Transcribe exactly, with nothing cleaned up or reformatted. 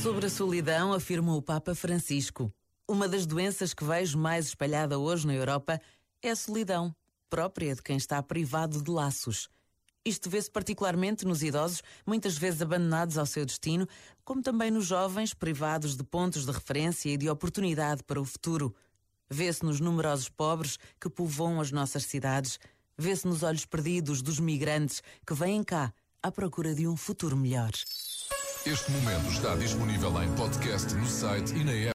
Sobre a solidão, afirma o Papa Francisco: uma das doenças que vejo mais espalhada hoje na Europa é a solidão, própria de quem está privado de laços. Isto vê-se particularmente nos idosos, muitas vezes abandonados ao seu destino, como também nos jovens privados de pontos de referência e de oportunidade para o futuro. Vê-se nos numerosos pobres que povoam as nossas cidades. Vê-se nos olhos perdidos dos migrantes que vêm cá à procura de um futuro melhor. Este momento está disponível em podcast no site e na app.